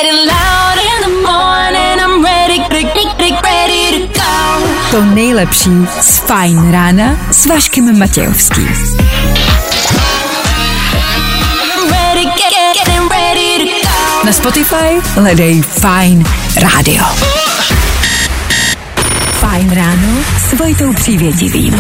To nejlepší z Fajn rána s Vaškem Matějovským. Na Spotify hledej Fajn rádio. Fajn ráno s Vojtou Přívětivým.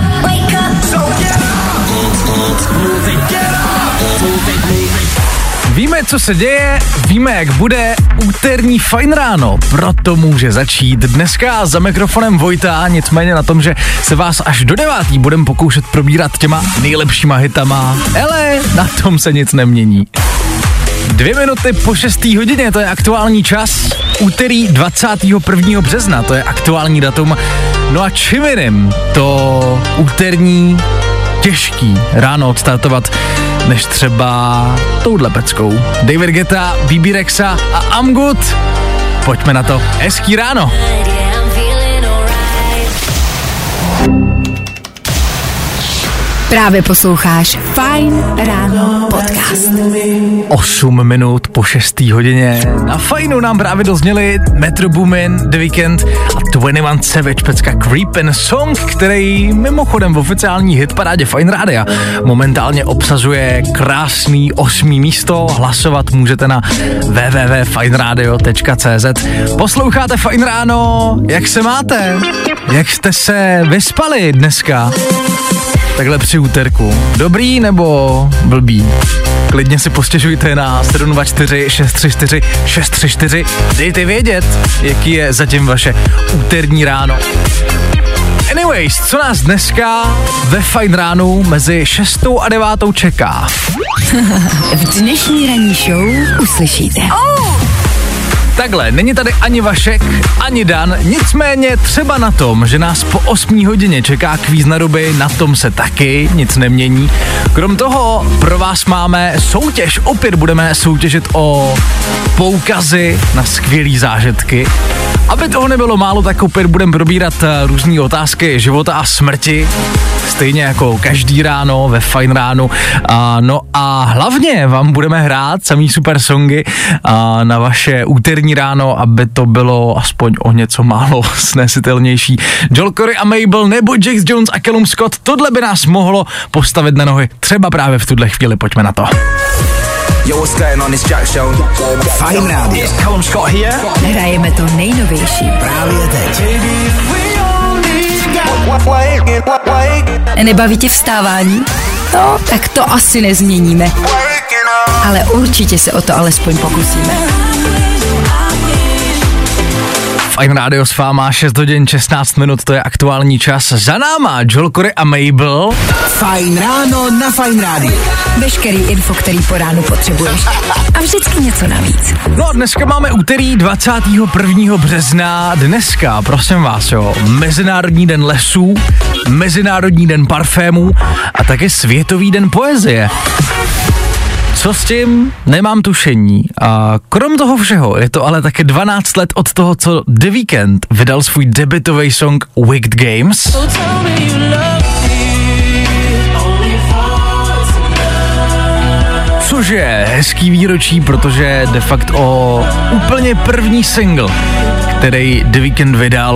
Víme, co se děje, víme, jak bude úterní Fajn ráno, proto může začít dneska za mikrofonem Vojta, nicméně na tom, že se vás až do 9. budeme pokoušet probírat těma nejlepšíma hitama, ale na tom se nic nemění. 2 minuty po 6. hodině, to je aktuální čas, úterý 21. března, to je aktuální datum, no a čím jiným to úterní těžký ráno odstartovat, než třeba touhle peckou. David Guetta, BB Rexa a I'm Good. Pojďme na to. Hezký ráno. Právě posloucháš Fajn ráno podcast. 8 minut po 6. hodině. Na Fajnu nám právě dozněli Metro Boomin, The Weeknd a 21 Savage pecka Creepin' Song, který mimochodem v oficiální hitparádě Fajn rádia momentálně obsazuje krásný 8. místo. Hlasovat můžete na www.fajnradio.cz. Posloucháte Fajn ráno, jak se máte? Jak jste se vyspali dneska? Takhle při úterku. Dobrý nebo blbý? Klidně si postěžujte na 724 634 634. Dejte vědět, jaký je zatím vaše úterní ráno. Anyways, co nás dneska ve Fajn ránu mezi 6. a 9. čeká? V dnešní ranní show uslyšíte. Takhle, není tady ani Vašek, ani Dan, nicméně třeba na tom, že nás po 8 hodině čeká kvíz na ruby, na tom se taky nic nemění. Krom toho pro vás máme soutěž, opět budeme soutěžit o poukazy na skvělý zážitky. Aby toho nebylo málo, tak opět budeme probírat různé otázky života a smrti, stejně jako každý ráno ve Fajn ránu. No a hlavně vám budeme hrát samý super songy na vaše úterní ráno, aby to bylo aspoň o něco málo snesitelnější. Joel Corey a Mabel nebo Jax Jones a Callum Scott, tohle by nás mohlo postavit na nohy třeba právě v tuhle chvíli, pojďme na to. Yo, what's going on, this Jack Show? Fajn rádio. It's Callum Scott here. Hrajeme to nejnovější. Právě teď. Nebaví tě vstávání? No, tak to asi nezměníme. Ale určitě se o to alespoň pokusíme. Fajn rádio s váma, 6 hodin 16 minut, to je aktuální čas. Za náma Joel Corey a Mabel. Fajn ráno na Fajn rádiu. Veškerý info, který po ránu potřebuješ. A vždycky něco navíc. No a dneska máme úterý 21. března. Dneska, prosím vás, jo, Mezinárodní den lesů, Mezinárodní den parfémů a také Světový den poezie. Co s tím? Nemám tušení. A krom toho všeho je to ale také 12 let od toho, co The Weeknd vydal svůj debutový song Wicked Games. Což je hezký výročí, protože de facto úplně první single, který The Weeknd vydal.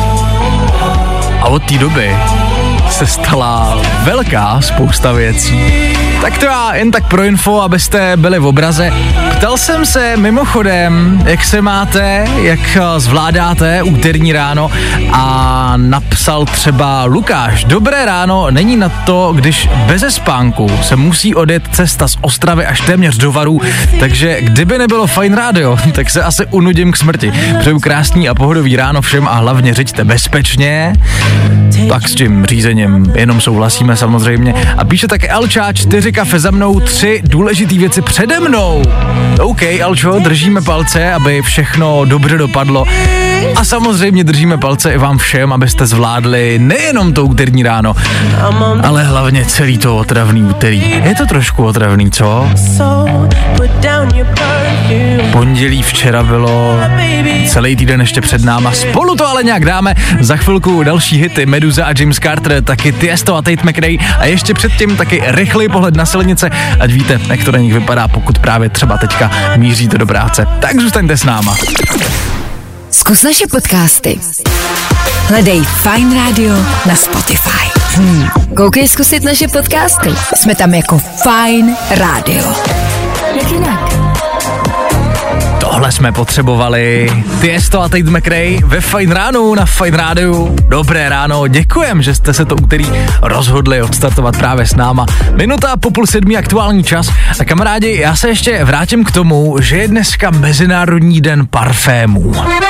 A od té doby se stala velká spousta věcí. Tak to já jen tak pro info, abyste byli v obraze. Ptal jsem se mimochodem, jak se máte, jak zvládáte úterní ráno a napsal třeba Lukáš, dobré ráno, není na to, když beze spánku se musí odjet cesta z Ostravy až téměř do Varů, takže kdyby nebylo Fajn rádio, tak se asi unudím k smrti. Přeju krásný a pohodový ráno všem a hlavně řiďte bezpečně. Tak s tím řízením jenom souhlasíme samozřejmě. A píše také Alča, 4 kafe za mnou, 3 důležitý věci přede mnou. OK, Alčo, držíme palce, aby všechno dobře dopadlo. A samozřejmě držíme palce i vám všem, abyste zvládli nejenom to úterní ráno, ale hlavně celý to otravný úterý. Je to trošku otravný, co? pondělí, včera bylo, celý týden ještě před náma. Spolu to ale nějak dáme. Za chvilku další hity Meduza a James Carter, taky Tiesto a Tate McRae a ještě předtím taky rychlý pohled na silnice, ať víte, jak to na nich vypadá, pokud právě třeba teďka míříte do práce. Tak zůstaňte s náma. Zkus naše podcasty. Hledej Fajn Radio na Spotify. Koukej zkusit naše podcasty. Jsme tam jako Fajn Radio. Jak jinak? Tohle jsme potřebovali. Tiesto a Tate McRae ve Fajn ránu na Fajn rádiu. Dobré ráno, děkujem, že jste se to úterý rozhodli odstartovat právě s náma. Minuta po 6:30 aktuální čas. A kamarádi, já se ještě vrátím k tomu, že je dneska Mezinárodní den parfémů.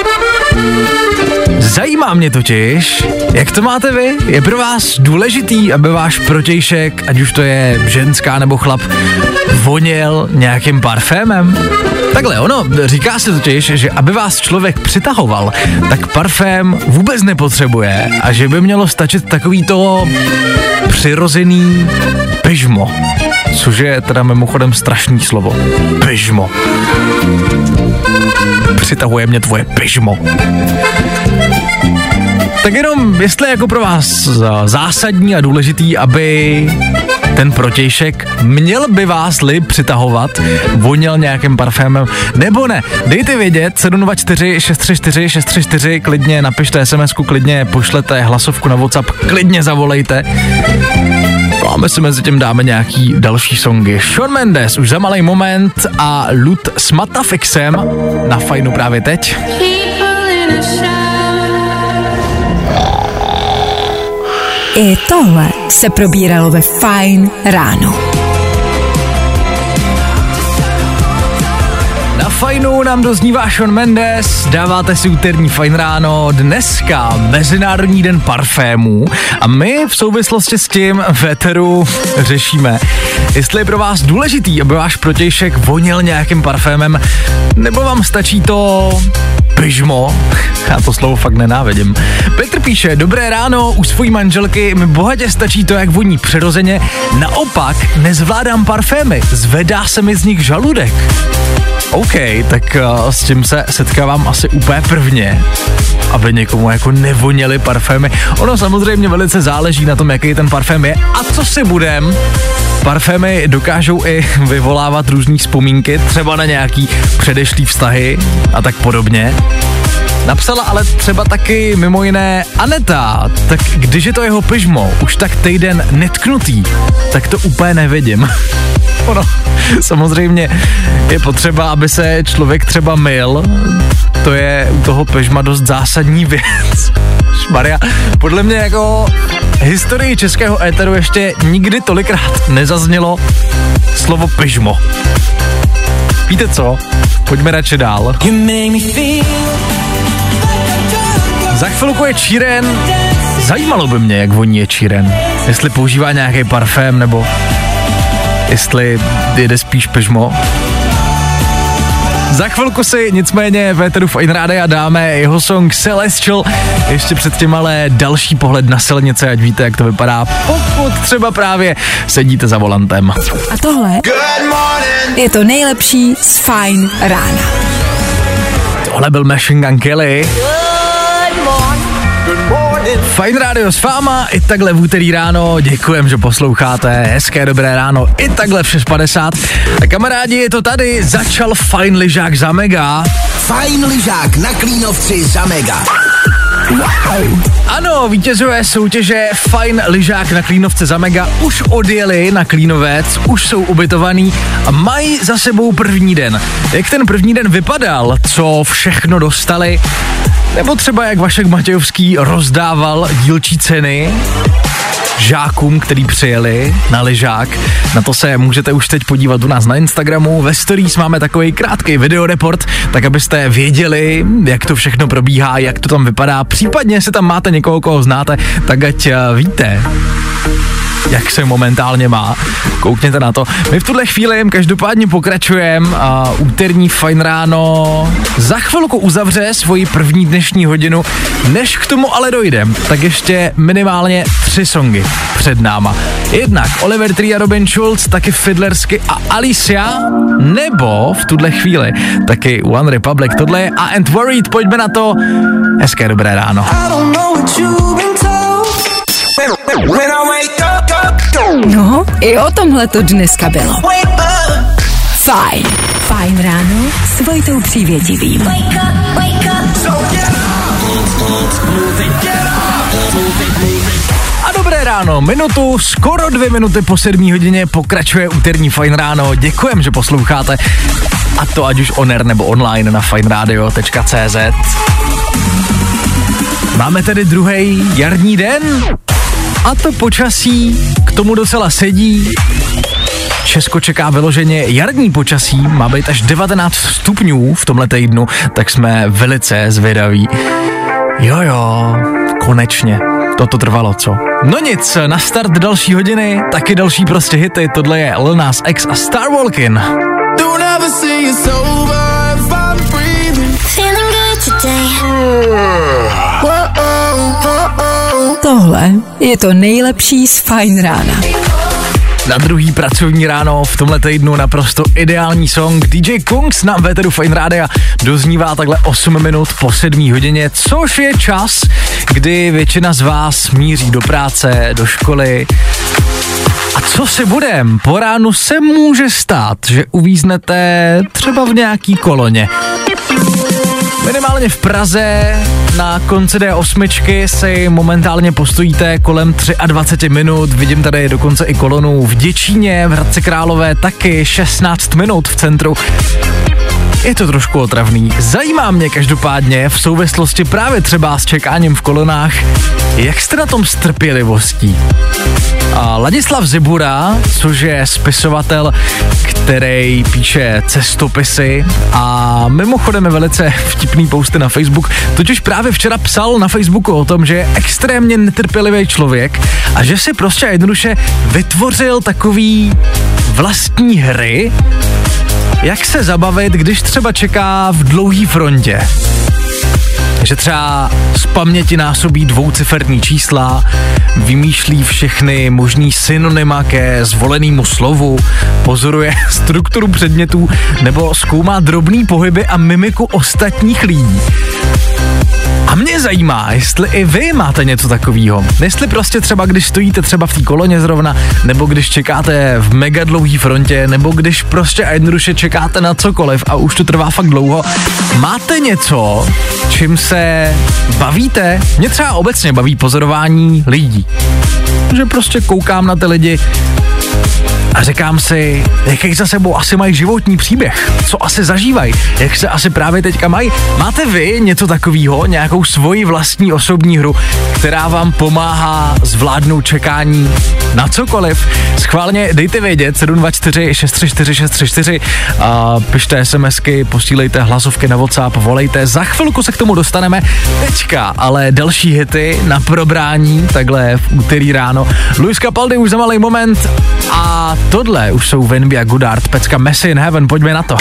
Zajímá mě totiž, jak to máte vy? Je pro vás důležitý, aby váš protějšek, ať už to je ženská nebo chlap, voněl nějakým parfémem? Takhle, říká se totiž, že aby vás člověk přitahoval, tak parfém vůbec nepotřebuje a že by mělo stačit takový to přirozený pyžmo. Což je teda mimochodem strašný slovo. Pyžmo. Přitahuje mě tvoje pyžmo. Tak jenom, jestli jako pro vás zásadní a důležitý, aby ten protějšek měl by vás-li přitahovat, voněl nějakým parfémem, nebo ne. Dejte vědět, 724 634 634, klidně napište SMS-ku, klidně pošlete hlasovku na WhatsApp, klidně zavolejte. A my si mezi tím dáme nějaký další songy. Shawn Mendes už za malý moment a Lut s Matafixem na Fajnu právě teď. I tohle se probíralo ve Fajn ráno. Na Fajnu nám doznívá Shawn Mendes, dáváte si úterní Fajn ráno, dneska Mezinárodní den parfémů a my v souvislosti s tím v éteru řešíme, jestli je pro vás důležitý, aby váš protějšek voněl nějakým parfémem, nebo vám stačí to pyžmo. Já to slovo fakt nenávidím. Petr píše, dobré ráno, u svojí manželky mi bohatě stačí to, jak voní přirozeně, naopak nezvládám parfémy, zvedá se mi z nich žaludek. OK, tak s tím se setkávám asi úplně prvně, aby někomu jako nevoněli parfémy. Ono samozřejmě velice záleží na tom, jaký ten parfém je a co si budem. Parfémy dokážou i vyvolávat různý vzpomínky, třeba na nějaký předešlý vztahy a tak podobně. Napsala ale třeba taky mimo jiné Aneta, tak když je to jeho pyžmo už tak týden netknutý, tak to úplně nevidím. Ono, samozřejmě je potřeba, aby se člověk třeba myl, to je u toho pyžma dost zásadní věc. Maria, podle mě jako historii českého éteru ještě nikdy tolikrát nezaznělo slovo pyžmo. Víte co? Pojďme radši dál. Za chvilku je Sheeran. Zajímalo by mě, jak voní je Sheeran. Jestli používá nějaký parfém, nebo jestli jede spíš pyžmo. Za chvilku si nicméně v éteru Fajn Rádia dáme jeho song Celestial. Ještě předtím ale další pohled na silnice, ať víte, jak to vypadá, pokud třeba právě sedíte za volantem. A tohle je to nejlepší z Fajn rána. Tohle byl Machine Gun Kelly. Fajn rádio s váma i takhle v úterý ráno, děkujem, že posloucháte, hezké dobré ráno i takhle v 6:50. A kamarádi, je to tady, začal Fajn lyžák za mega. Fajn lyžák na Klínovci za mega. Wow. Ano, vítězové soutěže Fajn lyžák na Klínovce za mega už odjeli na Klínovec, už jsou ubytovaný a mají za sebou první den. Jak ten první den vypadal, co všechno dostali, nebo třeba jak Vašek Matějovský rozdával dílčí ceny žákům, který přijeli na lyžák. Na to se můžete už teď podívat u nás na Instagramu. Ve stories máme takový krátký videoreport, tak abyste věděli, jak to všechno probíhá, jak to tam vypadá. Případně, jestli tam máte někoho, koho znáte, tak ať víte. jak se momentálně má. Koukněte na to. My v tuhle chvíli každopádně pokračujeme a úterní Fajn ráno za chvilku uzavře svoji první dnešní hodinu. Než k tomu ale dojdem, tak ještě minimálně 3 songy před náma. Jednak Oliver Tree a Robin Schulz, taky Fiddlersky a Alicia, nebo v tuhle chvíli taky One Republic. Tohle je And Worried, pojďme na to. Hezké dobré ráno. No, i o tomhle to dneska bylo. Fajn ráno s Vojtou Přívětivým. A dobré ráno, skoro 2 minuty po 7 hodině pokračuje úterní Fajn ráno. Děkujem, že posloucháte. A to ať už on air nebo online na fajnradio.cz. Máme tedy druhý jarní den a to počasí k tomu docela sedí. Česko čeká vyloženě jarní počasí, má být až 19 stupňů v tomhle týdnu, tak jsme velice zvědaví. Jo, konečně. Toto trvalo, co? No nic, na start další hodiny, taky další prostě hity, tohle je Lil Nas X a Star Walkin'. Tohle je to nejlepší z Fajn rána. Na druhý pracovní ráno v tomhle týdnu naprosto ideální song. DJ Kungs na véteru Fajn rádia doznívá takhle 8 minut po 7 hodině, což je čas, kdy většina z vás míří do práce, do školy. A co si budem? Po ránu se může stát, že uvíznete třeba v nějaký koloně. Minimálně v Praze na konci D8 si momentálně postojíte kolem 23 minut, vidím tady dokonce i kolonu v Děčíně, v Hradci Králové taky 16 minut v centru. Je to trošku otravný. Zajímá mě každopádně v souvislosti právě třeba s čekáním v kolonách, jak jste na tom s trpělivostí. A Ladislav Zibura, což je spisovatel, který píše cestopisy a mimochodem je velice vtipný posty na Facebook, totiž právě včera psal na Facebooku o tom, že je extrémně netrpělivý člověk a že si prostě jednoduše vytvořil takový vlastní hry, jak se zabavit, když třeba čeká v dlouhý frontě. Že třeba z paměti násobí dvouciferní čísla, vymýšlí všechny možný synonyma ke zvolenému slovu, pozoruje strukturu předmětů nebo zkoumá drobný pohyby a mimiku ostatních lidí. A mě zajímá, jestli i vy máte něco takového. Jestli prostě třeba, když stojíte třeba v té koloně zrovna, nebo když čekáte v mega dlouhý frontě, nebo když prostě a jednoduše čekáte na cokoliv a už to trvá fakt dlouho. Máte něco, čím se bavíte? Mě třeba obecně baví pozorování lidí. Že prostě koukám na ty lidi a říkám si, jaký za sebou asi mají životní příběh, co asi zažívají, jak se asi právě teďka mají. Máte vy něco takového, nějakou svoji vlastní osobní hru, která vám pomáhá zvládnout čekání na cokoliv? Schválně dejte vědět 724 634 634 a pište SMSky, posílejte hlasovky na WhatsApp, volejte, za chvilku se k tomu dostaneme. Teďka ale další hity na probrání, takhle v úterý ráno. Luis Capaldi už za malý moment a tohle už jsou Venby a Goodart, pecka Messi in Heaven, pojďme na to.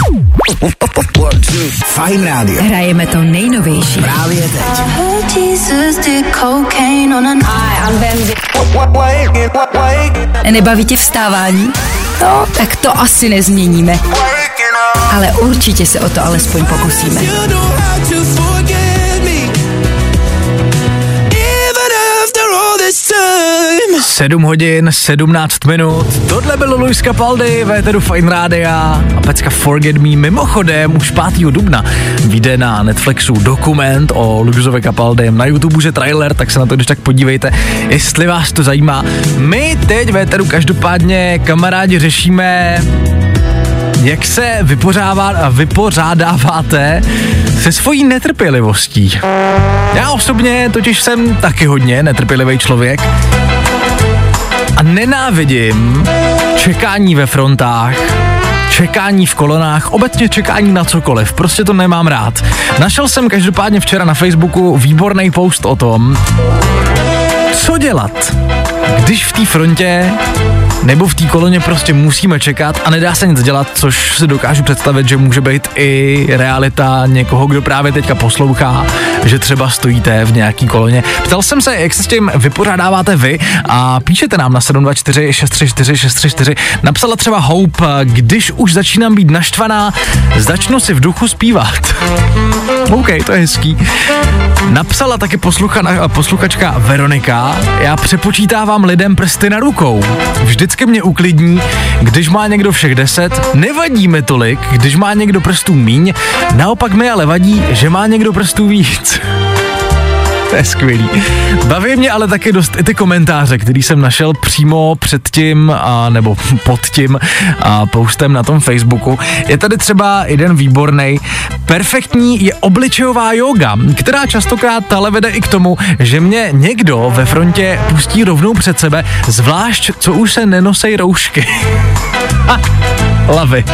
Fajn rádio. Hrajeme to nejnovější. Právě teď. Nebaví tě vstávání? No, tak to asi nezměníme. Ale určitě se o to alespoň pokusíme. 7 hodin, 17 minut. Tohle bylo Luis Capaldi, véteru Fajn rádia a pecka Forget Me. Mimochodem, už 5. dubna vyjde na Netflixu dokument o Luisovi Capaldem. Na YouTube už je trailer, tak se na to když tak podívejte, jestli vás to zajímá. My teď véteru každopádně, kamarádi, řešíme, jak se vypořádáváte se svojí netrpělivostí. Já osobně totiž jsem taky hodně netrpělivý člověk a nenávidím čekání ve frontách, čekání v kolonách, obecně čekání na cokoliv, prostě to nemám rád. Našel jsem každopádně včera na Facebooku výborný post o tom, Co dělat, když v té frontě nebo v té koloně prostě musíme čekat a nedá se nic dělat, což si dokážu představit, že může být i realita někoho, kdo právě teďka poslouchá, že třeba stojíte v nějaký koloně. Ptal jsem se, jak se s tím vypořádáváte vy a píšete nám na 724 634 634. Napsala třeba Hope, když už začínám být naštvaná, začnu si v duchu zpívat. OK, to je hezký. Napsala taky posluchačka Veronika, já přepočítávám lidem prsty na rukou. Vždycky mě uklidní, když má někdo všech 10, nevadí mi tolik, když má někdo prstů míň, naopak mi ale vadí, že má někdo prstů víc. To je skvělý. Baví mě ale taky dost i ty komentáře, který jsem našel přímo před tím, nebo pod tím postem na tom Facebooku. Je tady třeba jeden výborný. Perfektní je obličejová jóga, která častokrát ale vede i k tomu, že mě někdo ve frontě pustí rovnou před sebe, zvlášť co už se nenosej roušky. Love it.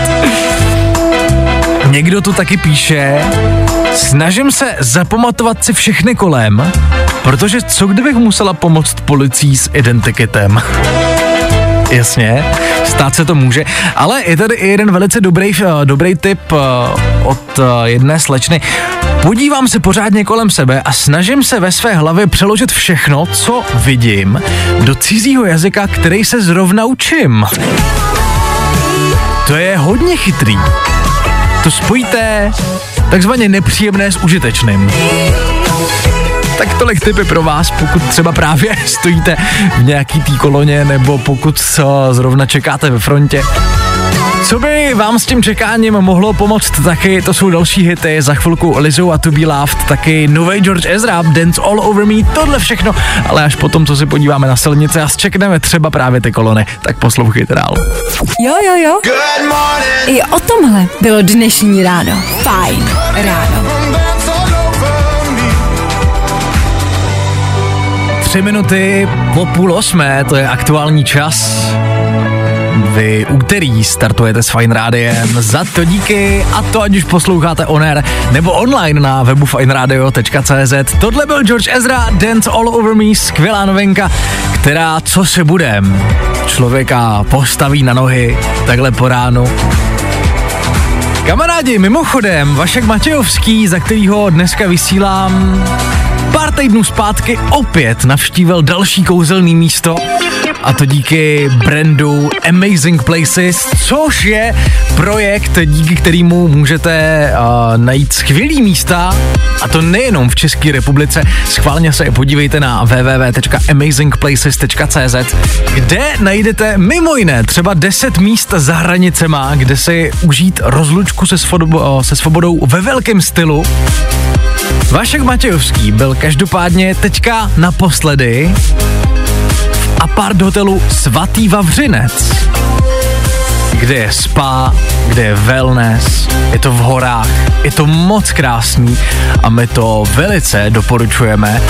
Někdo tu taky píše, snažím se zapamatovat si všechny kolem, protože co kdybych musela pomoct policii s identikitem? Jasně, stát se to může, ale je tady i jeden velice dobrý tip od jedné slečny. Podívám se pořádně kolem sebe a snažím se ve své hlavě přeložit všechno, co vidím, do cizího jazyka, který se zrovna učím. To je hodně chytrý. To spojíte takzvaně nepříjemné s užitečným. Tak tolik tipy pro vás, pokud třeba právě stojíte v nějaký té koloně, nebo pokud zrovna čekáte ve frontě. Co by vám s tím čekáním mohlo pomoct taky, to jsou další hity, za chvilku Lizzo a To Be Loved, taky nový George Ezra, Dance All Over Me, tohle všechno, ale až potom, co si podíváme na silnice a zčekneme třeba právě ty kolony, tak poslouchejte dál. Jo. I o tomhle bylo dnešní ráno. Fajn ráno. 3 minuty po 7:30, to je aktuální čas. Vy úterý startujete s Fajn rádiem, za to díky, a to ať už posloucháte on air nebo online na webu fajnradio.cz. Tohle byl George Ezra, Dance All Over Me, skvělá novinka, která, co se budem, člověka postaví na nohy takhle po ránu. Kamarádi, mimochodem, Vašek Matějovský, za kterýho dneska vysílám, pár týdnů zpátky opět navštívil další kouzelný místo, a to díky brandu Amazing Places, což je projekt, díky kterému můžete najít skvělý místa, a to nejenom v České republice. Schválně se podívejte na www.amazingplaces.cz, kde najdete mimo jiné třeba 10 míst za hranicema, kde si užít rozlučku se svobodou ve velkém stylu. Vašek Matějovský byl každopádně teďka naposledy v apart hotelu Svatý Vavřinec, kde je spa, kde je wellness, je to v horách, je to moc krásný a my to velice doporučujeme.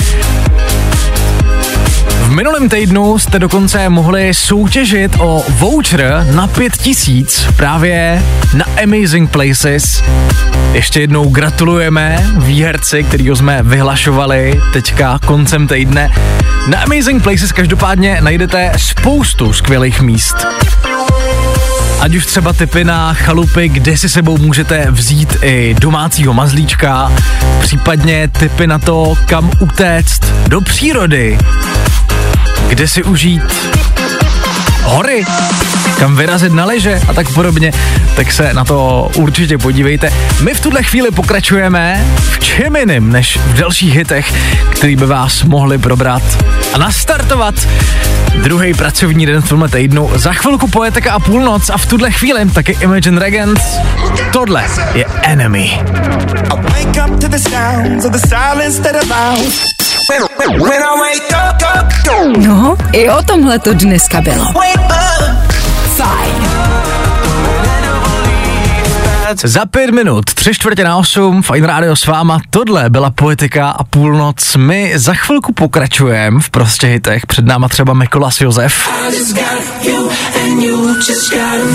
V minulém týdnu jste dokonce mohli soutěžit o voucher na 5000 právě na Amazing Places. Ještě jednou gratulujeme výherci, kterýho jsme vyhlašovali teďka koncem týdne. Na Amazing Places každopádně najdete spoustu skvělých míst. Ať už třeba tipy na chalupy, kde si sebou můžete vzít i domácího mazlíčka, případně tipy na to, kam utéct do přírody, kde si užít hory, kam vyrazit na lyže a tak podobně, tak se na to určitě podívejte. My v tuhle chvíli pokračujeme v čem jiným než v dalších hitech, který by vás mohli probrat a nastartovat druhý pracovní den v tomhle týdnu. Za chvilku Poetika a půlnoc a v tuhle chvíli taky Imagine Dragons. Tohle je Enemy. No, i o tomhle to dneska bylo. Fajn. Za 5 minut, 7:45, Fajn rádio s váma, tohle byla Poetika a půlnoc. My za chvilku pokračujeme v prostě hitech, před náma třeba Mikolas Josef.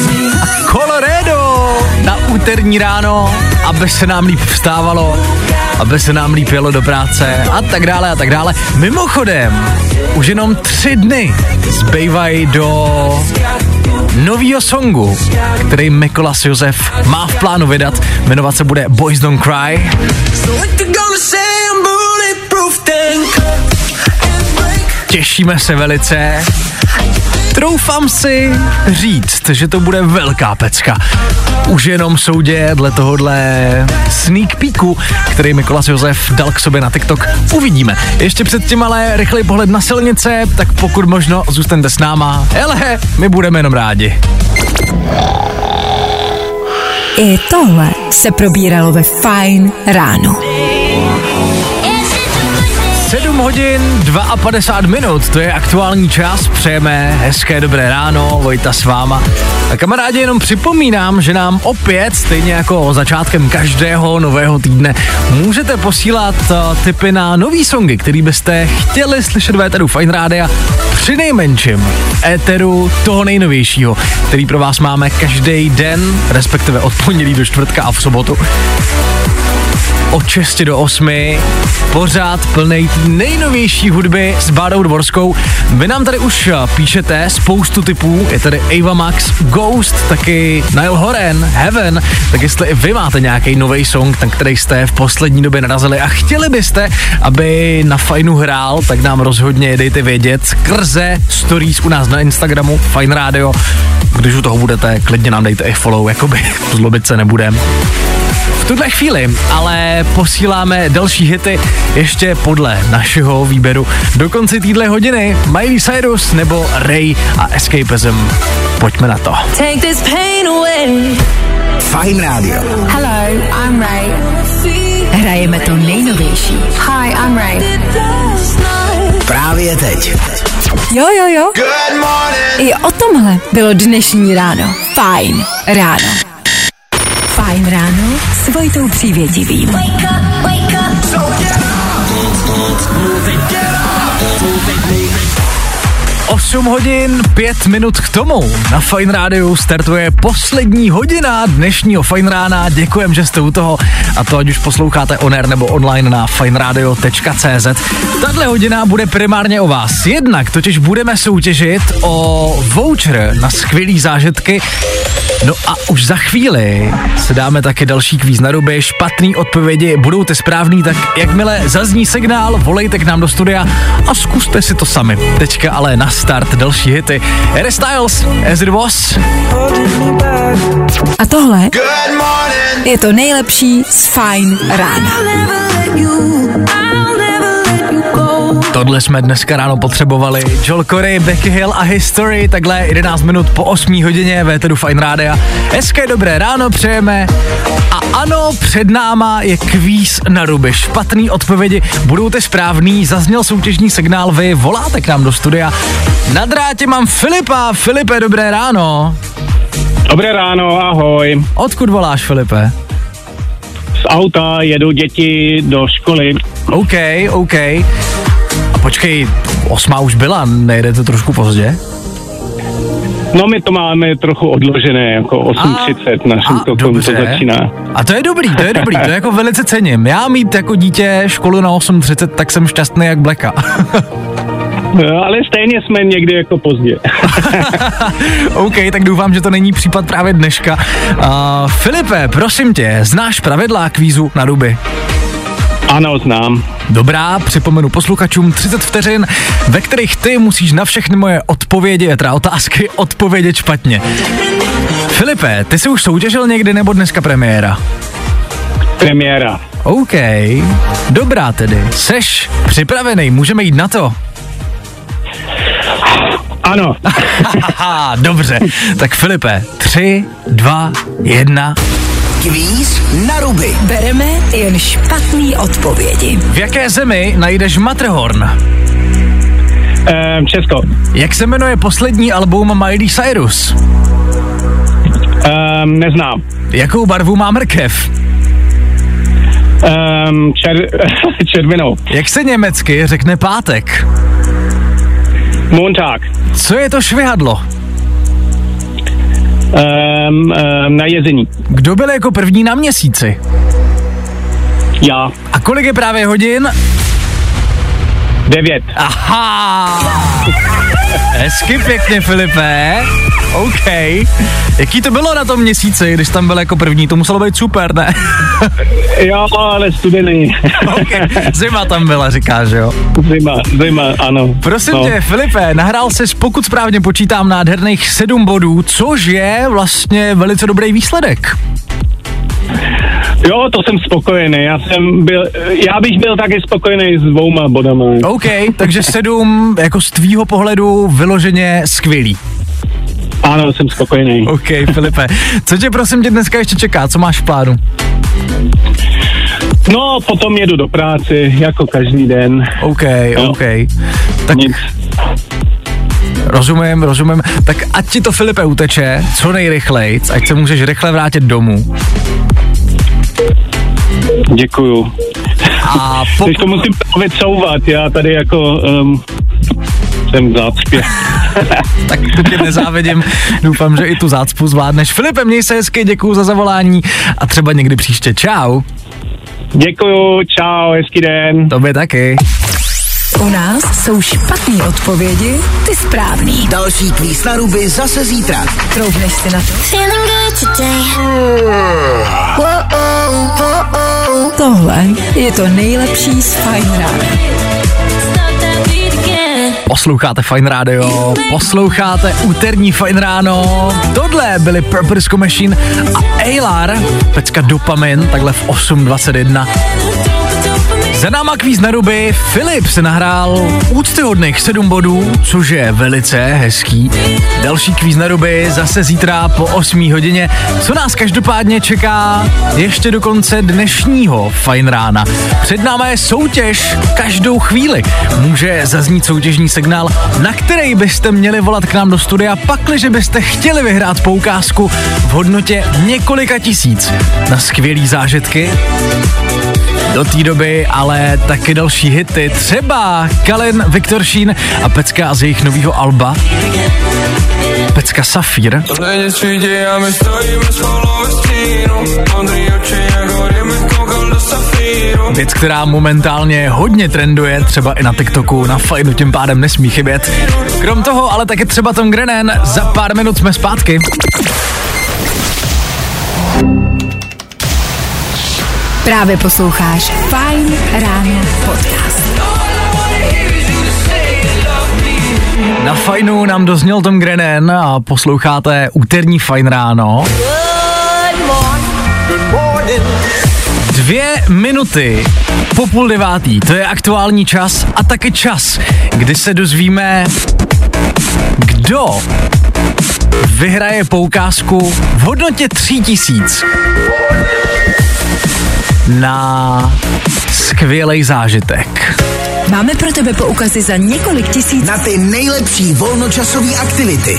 A Colorado na úterní ráno, aby se nám líp vstávalo. aby se nám líp jelo do práce a tak dále a tak dále. Mimochodem, už jenom 3 dny zbývají do novýho songu, který Mikolas Josef má v plánu vydat. Jmenovat se bude Boys Don't Cry. Těšíme se velice. Troufám si říct, že to bude velká pecka. Už jenom soudě dle tohohle sneak peeku, který Mikolas Josef dal k sobě na TikTok, uvidíme. Ještě předtím ale rychlej pohled na silnice, tak pokud možno zůstaňte s náma. Hele, my budeme jenom rádi. I tohle se probíralo ve Fajn ráno. 7 hodin 52 minut, to je aktuální čas, přejeme hezké dobré ráno, Vojta s váma. A kamarádi, jenom připomínám, že nám opět, stejně jako začátkem každého nového týdne, můžete posílat tipy na nový songy, který byste chtěli slyšet v éteru Fajn rádia, při nejmenším éteru toho nejnovějšího, který pro vás máme každý den, respektive od pondělí do čtvrtka a v sobotu. Od 6 do 8, pořád plnej nejnovější hudby s Bádou Dvorskou. Vy nám tady už píšete spoustu tipů, je tady Ava Max, Ghost, taky Niall Horan, Heaven, tak jestli i vy máte nějaký nový song, na který jste v poslední době narazili a chtěli byste, aby na Fajnu hrál, tak nám rozhodně dejte vědět skrze stories u nás na Instagramu Fajn Radio. Když u toho budete, klidně nám dejte i follow, jakoby zlobit se nebudem. V tuhle chvíli ale posíláme další hity ještě podle našeho výběru. Do konce téhle hodiny Miley Cyrus nebo Ray a Escapism. Pojďme na to. Take this pain away. Fajn rádio. Hello, I'm Ray. Hrajeme to nejnovější. Hi, I'm Ray. Právě teď. Jo. Good morning. I o tomhle bylo dnešní ráno. Fajn ráno. Fajn ráno s Vojtou Přívětivým. Wake up. 8 hodin 5 minut k tomu. Na Fajn rádiu startuje poslední hodina dnešního Fajn rána. Děkujem, že jste u toho. A to ať už posloucháte on air nebo online na fajnradio.cz. Tahle hodina bude primárně o vás. Jednak totiž budeme soutěžit o voucher na skvělý zážitky. No a už za chvíli se dáme taky další kvíz na ruby. Špatný odpovědi budou ty správný, tak jakmile zazní signál, volejte k nám do studia a zkuste si to sami. Teďka ale na start další hity. Harry Styles, As It Was. A tohle je to nejlepší z Fajn rána. Tohle jsme dneska ráno potřebovali. Joel Corey, Becky Hill a History, takhle 11 minut po 8 hodině ve éteru Fajn rádia. Hezké dobré ráno přejeme. A ano, před náma je kvíz na ruby. Špatný odpovědi budou ty správný. Zazněl soutěžní signál, vy voláte k nám do studia. Na drátě mám Filipa. Filipe, dobré ráno. Dobré ráno, ahoj. Odkud voláš, Filipe? Z auta jedu děti do školy. OK. A počkej, 8 už byla, nejedete trošku pozdě? No, my to máme trochu odložené, jako 8:30 naším tokom to začíná. A to je dobrý, to jako velice cením. Já mít jako dítě školu na 8:30, tak jsem šťastný jak Blacka. No, ale stejně jsme někdy jako pozdě. OK, tak doufám, že to není případ právě dneška. Filipe, prosím tě, znáš pravidla kvízu na ruby? Ano, znám. Dobrá, připomenu posluchačům 30 vteřin, ve kterých ty musíš na všechny moje odpovědi, teda otázky, odpovědět špatně. Filipe, ty jsi už soutěžil někdy nebo dneska premiéra? Premiéra. OK, dobrá tedy. Seš připravený, můžeme jít na to? Ano. Dobře, tak Filipe, 3, 2, 1... Kvíz na ruby. Bereme jen špatný odpovědi. V jaké zemi najdeš Matterhorn? Česko. Jak se jmenuje poslední album Miley Cyrus? Neznám. Jakou barvu má mrkev? Červenou. Jak se německy řekne pátek? Montag. Co je to švihadlo? Na jezení. Kdo byl jako první na Měsíci? Já. A kolik je právě hodin? 9. Aha! Hezky pěkně, Filipe. OK. Jaký to bylo na tom měsíci, když tam byl jako první? To muselo být super, ne? Jo, ale studený. Okay. Zima tam byla, říkáš, jo? Zima, ano. Prosím tě, Filipe, nahrál ses, pokud správně počítám, nádherných 7 bodů, což je vlastně velice dobrý výsledek. Jo, to jsem spokojený. Já bych byl taky spokojený s 2 bodama. OK, takže 7 jako z tvýho pohledu vyloženě skvělý. Ano, jsem spokojený. OK, Filipe. Co tě prosím tě dneska ještě čeká? Co máš v plánu? No, potom jedu do práce, jako každý den. OK. Tak nic. Rozumím. Tak ať ti to, Filipe, uteče co nejrychlejc, ať se můžeš rychle vrátit domů. Děkuju. A teď to musím vycouvat, já tady jako jsem v zácpě. Tak to tě nezávidím, doufám, že i tu zácpu zvládneš. Filipe, měj se hezky, děkuju za zavolání a třeba někdy příště. Čau. Děkuju, čau, hezký den. Tobě taky. U nás jsou špatný odpovědi, ty správný. Další kvíz na ruby zase zítra. Troufneš si na to? Tohle je to nejlepší z Fajn rána. Posloucháte Fajn rádio, posloucháte úterní Fajn ráno. Tohle byly Purple Disco Machine a Aylar, pecka Dopamin, takhle v 8:21. Za náma kvíz na ruby, Filip se nahrál úctyhodných 7 bodů, což je velice hezký. Další kvíz na ruby zase zítra po 8 hodině, co nás každopádně čeká ještě do konce dnešního Fajn rána. Před náma je soutěž každou chvíli. Může zaznít soutěžní signál, na který byste měli volat k nám do studia, pakliže byste chtěli vyhrát poukázku v hodnotě několika tisíc na skvělý zážitky. Do té doby ale taky další hity, třeba Kalin, Viktor Šín a pecka z jejich nového alba. Pecka Safír. Věc, která momentálně hodně trenduje, třeba i na TikToku, na Fajnu tím pádem nesmí chybět. Krom toho ale taky třeba Tom Grennan, za pár minut jsme zpátky. Právě posloucháš Fajn ráno podcast. Na Fajnu nám dozněl Tom Grennan a posloucháte úterní Fajn ráno. 2 minuty po 8:30, to je aktuální čas a taky čas, kdy se dozvíme, kdo vyhraje poukázku v hodnotě 3000 na skvělej zážitek. Máme pro tebe poukazy za několik tisíc Na ty nejlepší volnočasové aktivity.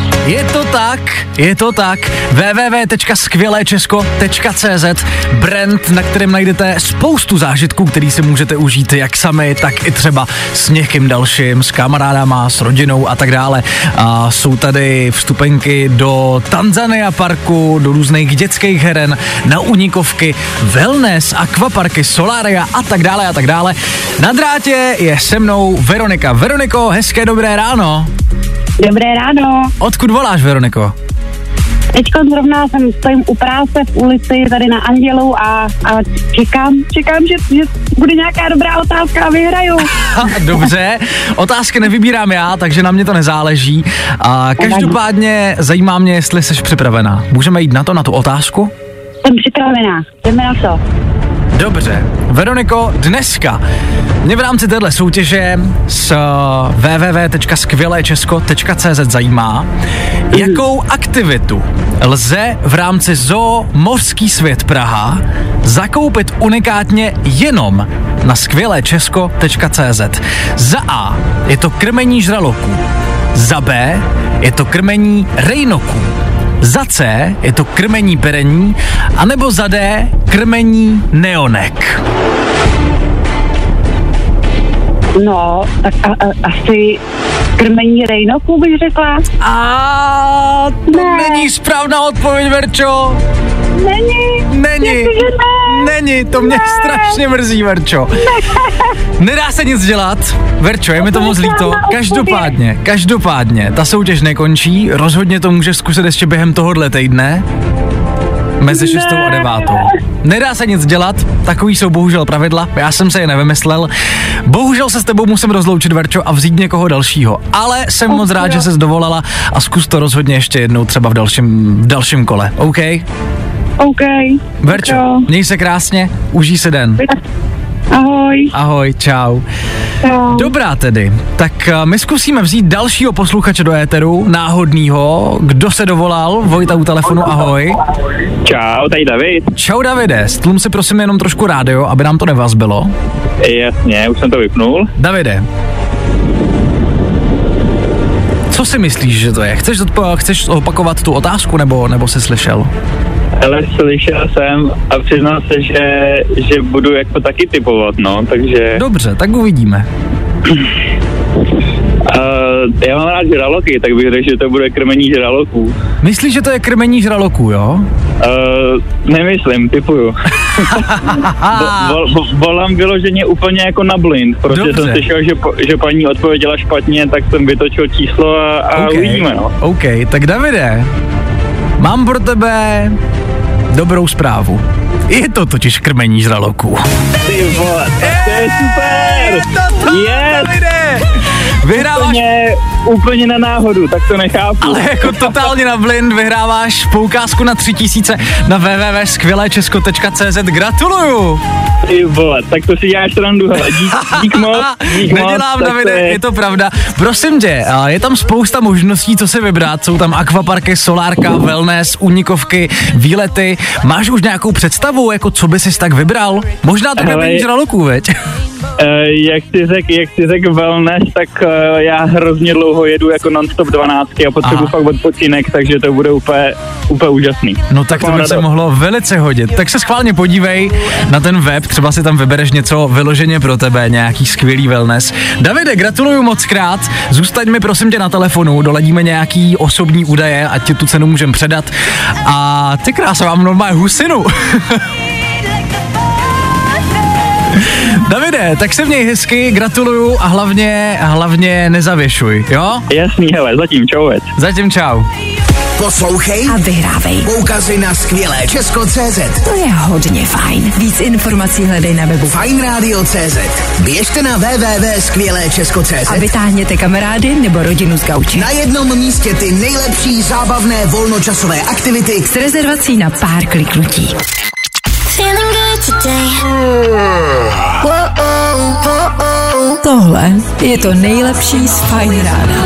Je to tak. www.skvěléčesko.cz, brand, na kterém najdete spoustu zážitků, který si můžete užít jak sami, tak i třeba s někým dalším, s kamarádama, s rodinou a tak dále. A jsou tady vstupenky do Tanzania parku, do různých dětských heren, na unikovky, wellness, akvaparky, solária a tak dále a tak dále. Na drátě je se mnou Veronika. Veroniko, hezké dobré ráno. Dobré ráno. Odkud voláš, Veroniko? Teďko zrovna stojím u práce v ulici tady na Andělu a čekám, že bude nějaká dobrá otázka a vyhraju. Dobře, otázky nevybírám já, takže na mě to nezáleží. A každopádně zajímá mě, jestli jsi připravená. Můžeme jít na tu otázku? Jsem připravená, jdeme na to. Dobře, Veroniko, dneska mě v rámci téhle soutěže s www.skvěléčesko.cz zajímá, jakou aktivitu lze v rámci Zoo Mořský svět Praha zakoupit unikátně jenom na skvěléčesko.cz. Za A je to krmení žraloků, za B je to krmení rejnoků, za C je to krmení perení, anebo za D krmení neonek. No, tak asi krmení rejnoků bych řekla. A to není správná odpověď, Verčo. Není. není, to mě strašně mrzí, Verčo. Nedá se nic dělat, Verčo, je mi to moc líto. Každopádně, ta soutěž nekončí, rozhodně to můžeš zkusit ještě během tohohle týdne. Mezi 6. a 9. Nedá se nic dělat, takový jsou bohužel pravidla, já jsem se je nevymyslel. Bohužel se s tebou musím rozloučit, Verčo, a vzít někoho dalšího. Ale jsem moc rád, že ses dovolala a zkus to rozhodně ještě jednou třeba v dalším kole, OK? OK. Verčo, měj se krásně, užij si den. Ahoj. Ahoj, čau. Dobrá tedy, tak my zkusíme vzít dalšího posluchače do éteru, náhodnýho. Kdo se dovolal? Vojta u telefonu, ahoj. Čau, tady David. Čau Davide, stlum si prosím jenom trošku rádio, aby nám to nevazbilo. Jasně, už jsem to vypnul. Davide, co si myslíš, že to je? Chceš opakovat tu otázku, nebo jsi slyšel? Ale slyšel jsem a přiznal se, že budu jako taky typovat, no, takže... Dobře, tak uvidíme. Já mám rád žraloky, tak bych řekl, že to bude krmení žraloků. Myslíš, že to je krmení žraloků, jo? Nemyslím, typuju. Volám vyloženě úplně jako na blind, protože jsem slyšel, že paní odpověděla špatně, tak jsem vytočil číslo a uvidíme, no. OK, tak Davide, mám pro tebe dobrou zprávu. Je to totiž krmení žraloků. Ty vole, to je super! Davide! Vyhráváš... Úplně na náhodu, tak to nechápu. Ale jako totálně na blind vyhráváš poukázku na 3000 na www.skvělechesko.cz. Gratuluju! Ty vole, tak to si děláš srandu, hele, dík moc. Nedělám, Davide, je to pravda. Prosím tě, je tam spousta možností, co si vybrat. Jsou tam akvaparky, solárka, wellness, únikovky, výlety. Máš už nějakou představu, jako co by sis tak vybral? Možná to krmení žraloků, veď? Jak jsi řekl wellness, tak já hrozně dlouho jedu jako non-stop 12 a potřebuji fakt odpočinek, takže to bude úplně úžasný. No tak to by se mohlo velice hodit. Tak se schválně podívej na ten web, třeba si tam vybereš něco vyloženě pro tebe, nějaký skvělý wellness. Davide, gratuluju moc krát, zůstaň mi prosím tě na telefonu, doladíme nějaký osobní údaje, ať ti tu cenu můžem předat. A ty krása, mám normálně husinu. Davide, tak se měj hezky, gratuluju a hlavně nezavěšuj, jo? Jasný, hele, zatím čauec. Zatím čau. Poslouchej A vyhrávej. Poukazy na skvěléčesko.cz. To je hodně fajn. Víc informací hledej na webu Fajnradio.cz. Běžte na www.skvěléčesko.cz a vytáhněte kamarády nebo rodinu z gauče. Na jednom místě ty nejlepší zábavné volnočasové aktivity S rezervací na pár kliknutí. Tohle je to nejlepší z Fajn rána.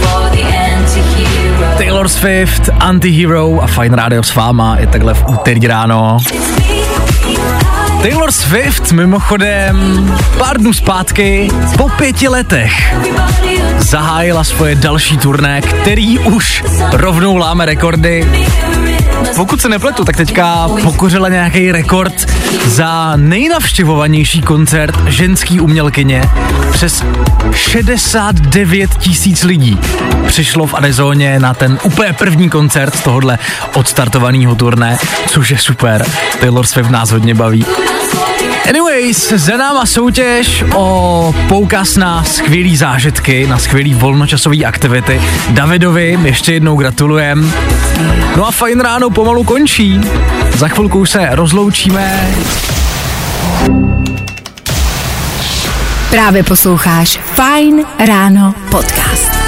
Taylor Swift, Antihero a Fajn rádio s váma je takhle v úterý ráno. Taylor Swift mimochodem pár dnů zpátky po 5 letech zahájila svoje další turné, který už rovnou láme rekordy. Pokud se nepletu, tak teďka pokořila nějaký rekord za nejnavštěvovanější koncert ženský umělkyně. Přes 69 000 lidí přišlo v Arizoně na ten úplně první koncert tohodle odstartovaného turné, což je super. Taylor Swift nás hodně baví. Anyways, za náma soutěž o poukaz na skvělý zážitky, na skvělý volnočasové aktivity. Davidovi ještě jednou gratulujem. No a Fajn ráno pomalu končí. Za chvilku se rozloučíme. Právě posloucháš Fajn ráno podcast.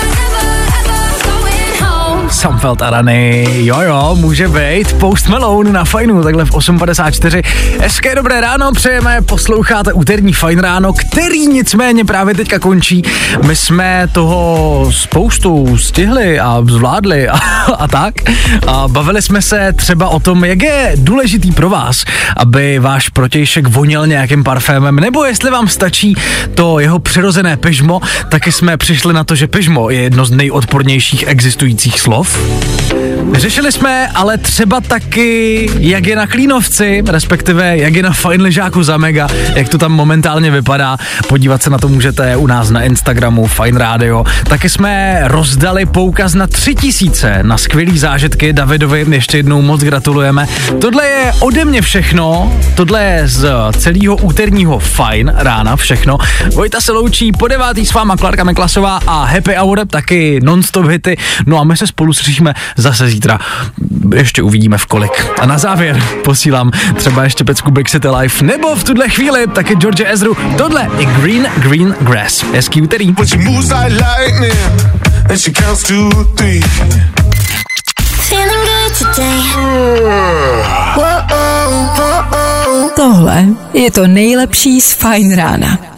Samfeld a Rany, jo, může být. Post Malone na Fajnu, takhle v 8.54. Hezké dobré ráno, přejeme, posloucháte úterní Fajn ráno, který nicméně právě teďka končí. My jsme toho spoustu stihli a zvládli a tak. A bavili jsme se třeba o tom, jak je důležitý pro vás, aby váš protějšek voněl nějakým parfémem, nebo jestli vám stačí to jeho přirozené pyžmo, taky jsme přišli na to, že pyžmo je jedno z nejodpornějších existujících slov. domov. Řešili jsme ale třeba taky, jak je na Klínovci, respektive jak je na Fajn ležáku za Mega, jak to tam momentálně vypadá. Podívat se na to můžete u nás na Instagramu Fajn Radio. Taky jsme rozdali poukaz na 3000 na skvělý zážitky. Davidovi ještě jednou moc gratulujeme. Tohle je ode mě všechno, tohle je z celého úterního Fajn rána všechno. Vojta se loučí, po 9. s váma Klárka Miklasová a Happy Hour, taky non-stop hity. No a my se spolu slyšíme zase zítra. Ještě uvidíme v kolik. A na závěr posílám třeba ještě pecku Big City Life, nebo v tuhle chvíli taky George Ezru. Tohle je Green Grass. Hezký úterý. Tohle je to nejlepší z Fajn rána.